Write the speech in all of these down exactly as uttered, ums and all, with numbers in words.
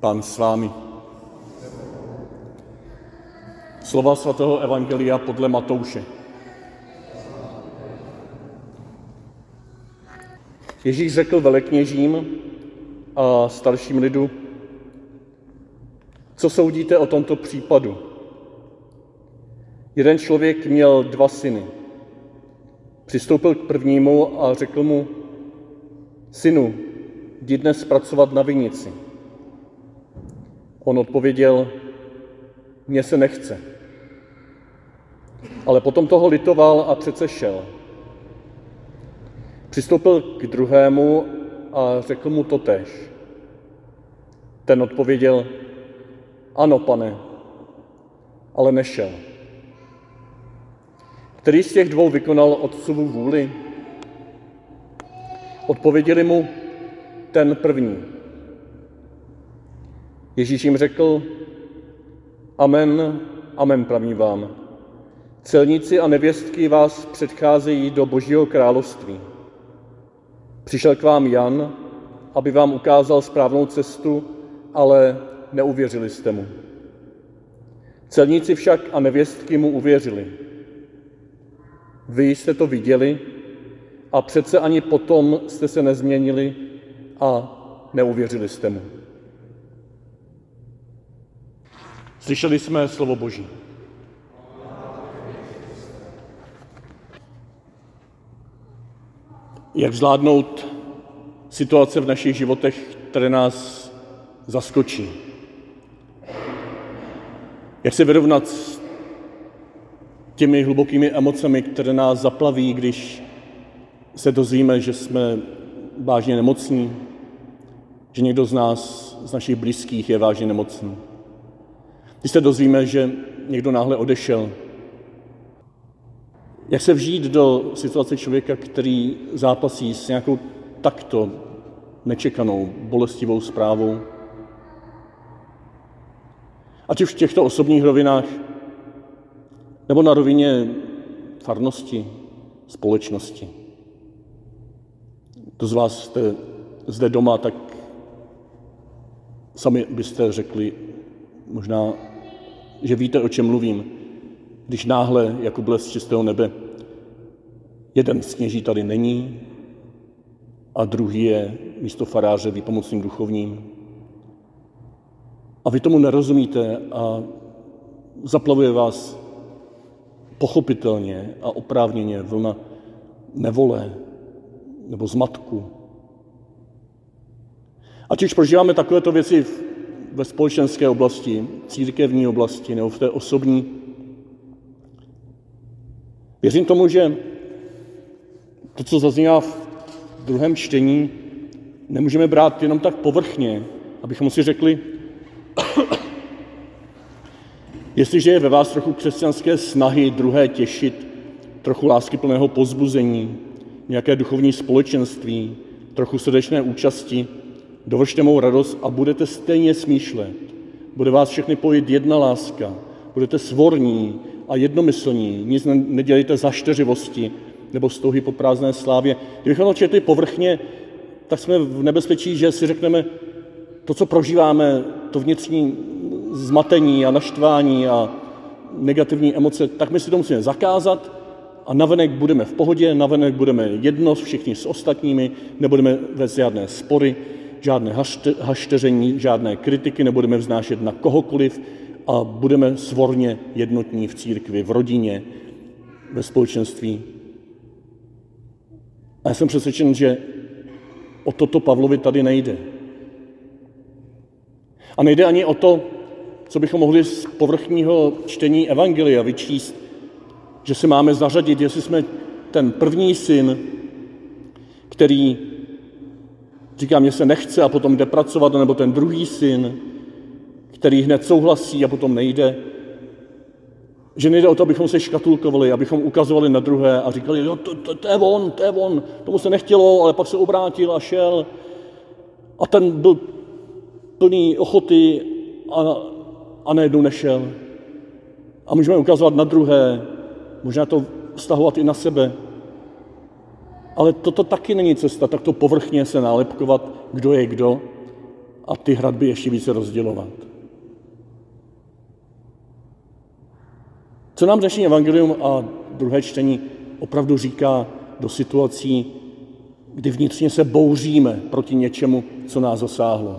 Pán s vámi. Slova svatého evangelia podle Matouše. Ježíš řekl velekněžím a starším lidu: co soudíte o tomto případu? Jeden člověk měl dva syny. Přistoupil k prvnímu a řekl mu: synu, jdi dnes pracovat na vinici. On odpověděl: mně se nechce. Ale potom toho litoval a přece šel. Přistoupil k druhému a řekl mu totéž. Ten odpověděl: ano, pane, ale nešel. Který z těch dvou vykonal otcovu vůli? Odpověděli mu: ten první. Ježíš jim řekl: amen, amen pravím vám. Celníci a nevěstky vás předcházejí do Božího království. Přišel k vám Jan, aby vám ukázal správnou cestu, ale neuvěřili jste mu. Celníci však a nevěstky mu uvěřili. Vy jste to viděli a přece ani potom jste se nezměnili a neuvěřili jste mu. Slyšeli jsme slovo Boží. Jak zvládnout situace v našich životech, které nás zaskočí? Jak se vyrovnat s těmi hlubokými emocemi, které nás zaplaví, když se dozvíme, že jsme vážně nemocní, že někdo z nás, z našich blízkých, je vážně nemocný? Když se dozvíme, že někdo náhle odešel. Jak se vžít do situace člověka, který zápasí s nějakou takto nečekanou, bolestivou zprávou? Ať už v těchto osobních rovinách, nebo na rovině farnosti, společnosti. Kdo z vás jste zde doma, tak sami byste řekli možná, že víte, o čem mluvím, když náhle, jako blesk čistého nebe, jeden z kněží tady není a druhý je místo faráře výpomocným duchovním. A vy tomu nerozumíte a zaplavuje vás pochopitelně a oprávněně vlna nevole nebo zmatku. Ať už prožíváme takovéto věci ve společenské oblasti, církevní oblasti nebo v té osobní, věřím tomu, že to, co zaznívá v druhém čtení, nemůžeme brát jenom tak povrchně, abychom si řekli, jestliže je ve vás trochu křesťanské snahy druhé těšit, trochu láskyplného povzbuzení, nějaké duchovní společenství, trochu srdečné účasti, dovršte mou radost a budete stejně smýšlet. Bude vás všechny pojít jedna láska, budete svorní a jednomyslní, nic nedělejte zašteřivosti nebo z touhy po prázdné slávě. Kdybychom to četli povrchně, tak jsme v nebezpečí, že si řekneme, to, co prožíváme, to vnitřní zmatení a naštvání a negativní emoce, tak my si to musíme zakázat a navenek budeme v pohodě, navenek budeme jedno všichni s ostatními, nebudeme vést žádné spory, žádné hašte, hašteření, žádné kritiky, nebudeme vznášet na kohokoliv a budeme svorně jednotní v církvi, v rodině, ve společenství. A já jsem přesvědčen, že o toto Pavlovi tady nejde. A nejde ani o to, co bychom mohli z povrchního čtení evangelia vyčíst, že se máme zařadit, jestli jsme ten první syn, který říká, mně se nechce a potom jde pracovat, nebo ten druhý syn, který hned souhlasí a potom nejde. Že nejde o to, abychom se škatulkovali, abychom ukazovali na druhé a říkali, jo, to, to, to je on, to je on, tomu se nechtělo, ale pak se obrátil a šel. A ten byl plný ochoty a, a najednou nešel. A můžeme ukazovat na druhé, možná to vztahovat i na sebe. Ale toto taky není cesta, tak to povrchně se nálepkovat, kdo je kdo. a ty hradby ještě více rozdělovat. Co nám dnešní evangelium a druhé čtení opravdu říká do situací, kdy vnitřně se bouříme proti něčemu, co nás zasáhlo?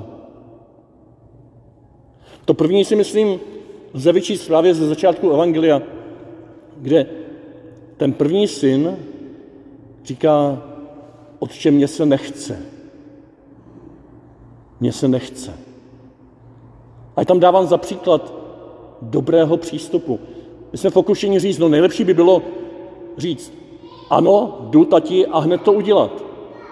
To první si myslím lze vyčíst právě ze začátku evangelia, kde ten první syn říká: Otče, mně se nechce. Mně se nechce. A je tam dávám za příklad dobrého přístupu. My jsme pokušeni říct, no nejlepší by bylo říct, ano, jdu tati a hned to udělat.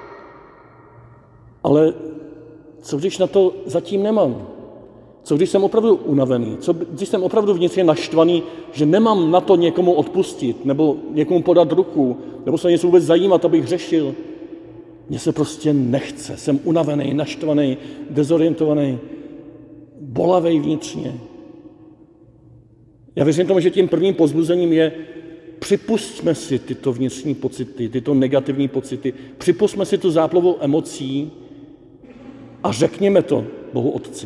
Ale co když na to zatím nemám? Co když jsem opravdu unavený? Co když jsem opravdu vnitřně naštvaný, že nemám na to někomu odpustit, nebo někomu podat ruku, nebo se něco vůbec zajímat, abych řešil? Mně se prostě nechce. Jsem unavený, naštvaný, dezorientovaný, bolavej vnitřně. Já věřím tomu, že tím prvním povzbuzením je: připustme si tyto vnitřní pocity, tyto negativní pocity, připustme si tu záplavu emocí a řekněme to Bohu Otci.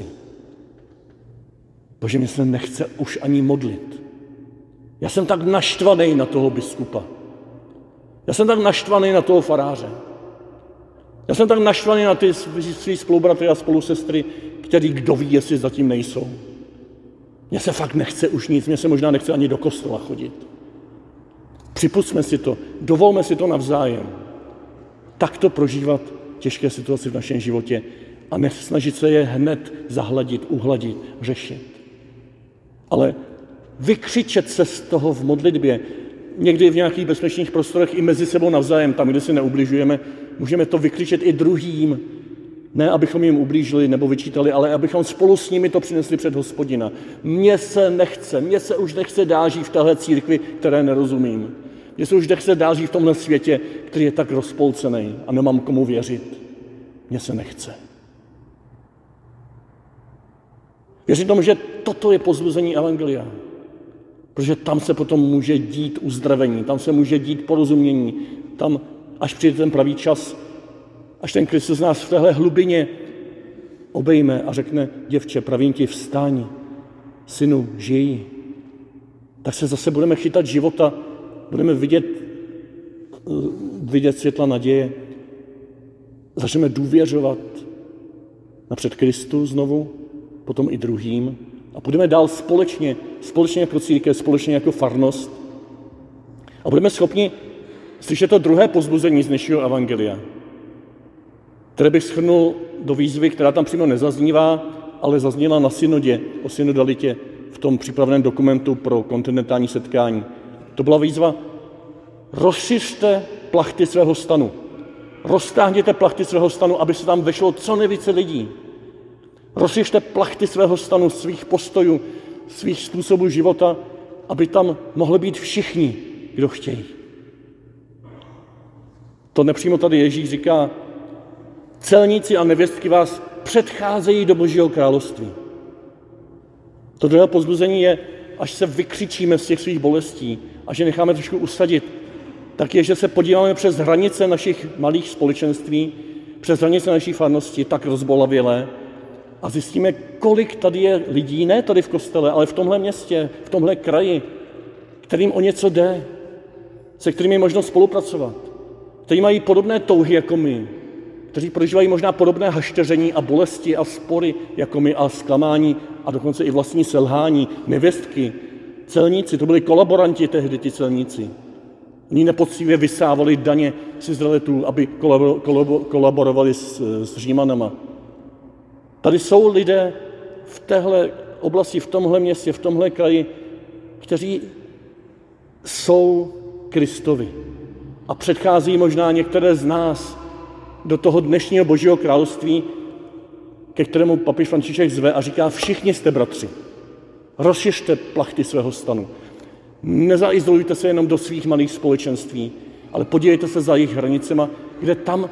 Bože, mě se nechce už ani modlit. Já jsem tak naštvaný na toho biskupa. Já jsem tak naštvaný na toho faráře. Já jsem tak naštvaný na ty svý spolubratry a spolusestry, který kdo ví, jestli zatím nejsou. Mně se fakt nechce už nic, mně se možná nechce ani do kostela chodit. Připustme si to, dovolme si to navzájem. Takto prožívat těžké situace v našem životě a nesnažit se je hned zahladit, uhladit, řešit. Ale vykřičet se z toho v modlitbě, někdy v nějakých bezpečných prostorech i mezi sebou navzájem, tam, kde si neubližujeme, můžeme to vykřičet i druhým, ne abychom jim ublížili nebo vyčítali, ale abychom spolu s nimi to přinesli před Hospodina. Mně se nechce, mně se už nechce dál žít v téhle církvi, které nerozumím. Mně se už nechce dál žít v tomhle světě, který je tak rozpolcený a nemám komu věřit. Mně se nechce. Věřím tomu, že toto je povzbuzení evangelia. Protože tam se potom může dít uzdravení, tam se může dít porozumění, tam, až přijde ten pravý čas, až ten Kristus nás v téhle hlubině obejme a řekne: děvče, pravím ti, vstaň, synu, žij. Tak se zase budeme chytat života, budeme vidět, vidět světla naděje, začneme důvěřovat napřed Kristu znovu, potom i druhým a budeme dál společně, společně jako církev, společně jako farnost a budeme schopni slyšet to druhé povzbuzení z dnešního evangelia, které bych shrnul do výzvy, která tam přímo nezaznívá, ale zazněla na synodě, o synodalitě v tom připraveném dokumentu pro kontinentální setkání. To byla výzva: rozšiřte plachty svého stanu. Roztáhněte plachty svého stanu, aby se tam vešlo co nejvíce lidí. Rozšiřte plachty svého stanu, svých postojů, svých způsobů života, aby tam mohli být všichni, kdo chtějí. To nepřímo tady Ježíš říká: celníci a nevěstky vás předcházejí do Božího království. To druhé povzbuzení je, až se vykřičíme z těch svých bolestí a že necháme trošku usadit, tak je, že se podíváme přes hranice našich malých společenství, přes hranice naší farnosti, tak rozbolavělé, a zjistíme, kolik tady je lidí, ne tady v kostele, ale v tomhle městě, v tomhle kraji, kterým o něco jde, se kterými je možno spolupracovat, kteří mají podobné touhy jako my, kteří prožívají možná podobné hašteření a bolesti a spory jako my a zklamání a dokonce i vlastní selhání, nevěstky, celníci, to byli kolaboranti tehdy, ty celníci. Oni nepoctivě vysávali daně z Izraelitů, aby kolaborovali s, s Římanama. Tady jsou lidé v téhle oblasti, v tomhle městě, v tomhle kraji, kteří jsou Kristovi a předchází možná některé z nás do toho dnešního Božího království, ke kterému papež František zve a říká: všichni jste bratři, rozšiřte plachty svého stanu. Nezaizolujte se jenom do svých malých společenství, ale podívejte se za jejich hranicema, kde tam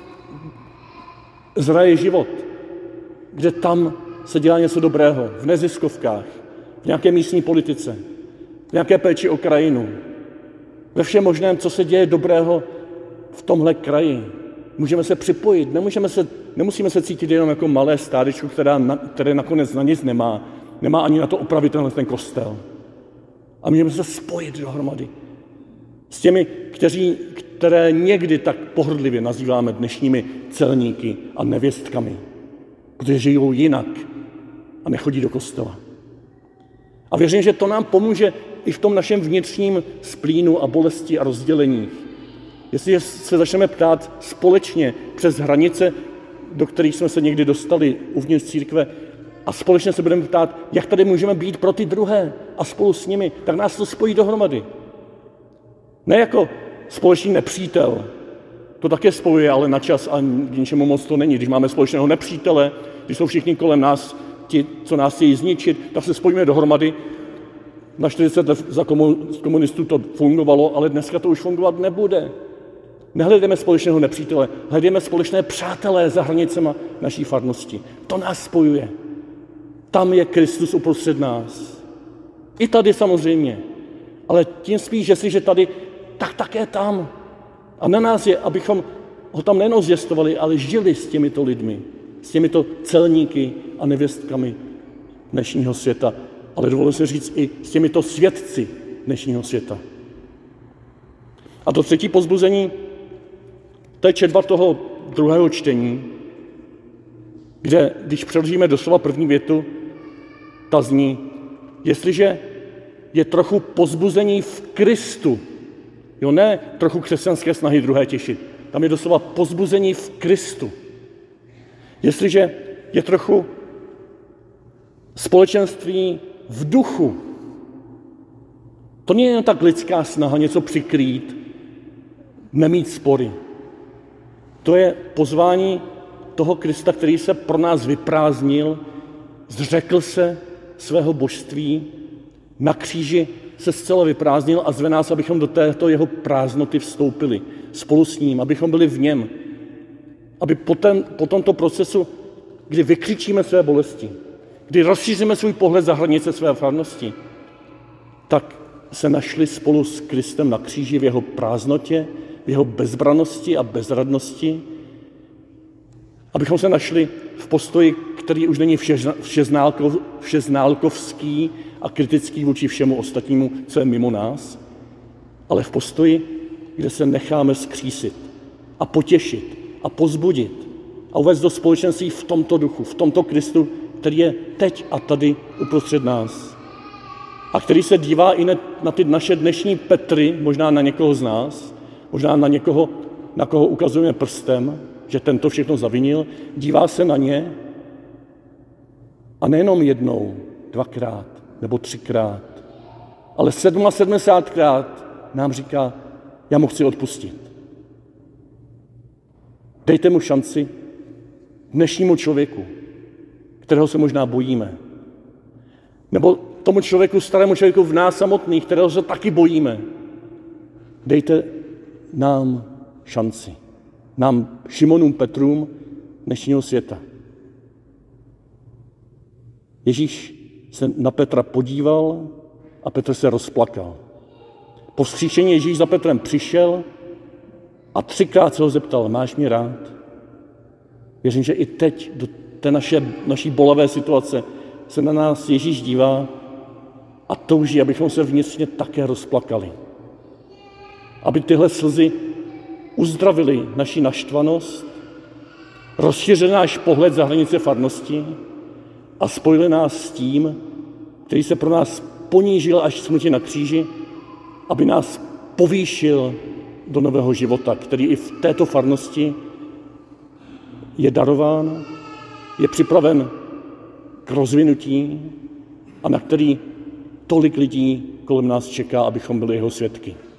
zraje život, kde tam se dělá něco dobrého, v neziskovkách, v nějaké místní politice, v nějaké péči o krajinu, ve všem možném, co se děje dobrého v tomhle kraji. můžeme se připojit, nemůžeme se, nemusíme se cítit jenom jako malé stádečko, která na, které nakonec na nic nemá, nemá ani na to opravit tenhle ten kostel. A můžeme se spojit dohromady s těmi, kteří, které někdy tak pohrdlivě nazýváme dnešními celníky a nevěstkami, protože žijou jinak a nechodí do kostela. A věřím, že to nám pomůže i v tom našem vnitřním splínu a bolesti a rozdělení. Jestliže se začneme ptát společně přes hranice, do kterých jsme se někdy dostali uvnitř církve, a společně se budeme ptát, jak tady můžeme být pro ty druhé a spolu s nimi, tak nás to spojí dohromady. Ne jako společný nepřítel, to také spojuje, ale na čas a k ničemu moc to není. Když máme společného nepřítele, když jsou všichni kolem nás, ti, co nás chtějí zničit, tak se spojíme dohromady. Na čtyřicet let za komunistů to fungovalo, ale dneska to už fungovat nebude. Nehledejme společného nepřítele, hledejme společné přátelé za hranicema naší farnosti. To nás spojuje. Tam je Kristus uprostřed nás. I tady samozřejmě. Ale tím spíš, že si, že tady, tak také tam. A na nás je, abychom ho tam nejenom zvěstovali, ale žili s těmito lidmi, s těmito celníky a nevěstkami dnešního světa. Ale dovolím si říct i s těmito svědci dnešního světa. A to třetí povzbuzení, to je četba toho druhého čtení, kde, když přeložíme doslova první větu, ta zní, jestliže je trochu povzbuzení v Kristu, jo, ne trochu křesťanské snahy druhé těšit, tam je doslova povzbuzení v Kristu. Jestliže je trochu společenství v duchu, to není jen tak lidská snaha něco přikrýt, nemít spory. To je pozvání toho Krista, který se pro nás vyprázdnil, zřekl se svého božství, na kříži se zcela vyprázdnil a zve nás, abychom do této jeho prázdnoty vstoupili spolu s ním, abychom byli v něm. Aby po, ten, po tomto procesu, kdy vykřičíme své bolesti, kdy rozšíříme svůj pohled za hranice své farnosti, tak se našli spolu s Kristem na kříži v jeho prázdnotě, v jeho bezbranosti a bezradnosti, abychom se našli v postoji, který už není všeználkov, všeználkovský a kritický vůči všemu ostatnímu, co je mimo nás, ale v postoji, kde se necháme skřísit a potěšit a pozbudit a uvést do společenství v tomto duchu, v tomto Kristu, který je teď a tady uprostřed nás. A který se dívá i na ty naše dnešní Petry, možná na někoho z nás, možná na někoho, na koho ukazujeme prstem, že tento všechno zavinil, dívá se na ně a nejenom jednou, dvakrát nebo třikrát, ale sedm a sedmdesátkrát nám říká, já mu chci odpustit. Dejte mu šanci dnešnímu člověku, kterého se možná bojíme. Nebo tomu člověku, starému člověku v nás samotných, kterého se taky bojíme. Dejte nám šanci. Nám Šimonům Petrům dnešního světa. Ježíš se na Petra podíval a Petr se rozplakal. Po vzkříšení Ježíš za Petrem přišel a třikrát se ho zeptal, máš mě rád? Věřím, že i teď do té naše, naší bolavé situace se na nás Ježíš dívá a touží, abychom se vnitřně také rozplakali. Aby tyhle slzy uzdravili naši naštvanost, rozšířili náš pohled za hranice farnosti a spojili nás s tím, který se pro nás ponížil až smrti na kříži, aby nás povýšil do nového života, který i v této farnosti je darován, je připraven k rozvinutí a na který tolik lidí kolem nás čeká, abychom byli jeho svědky.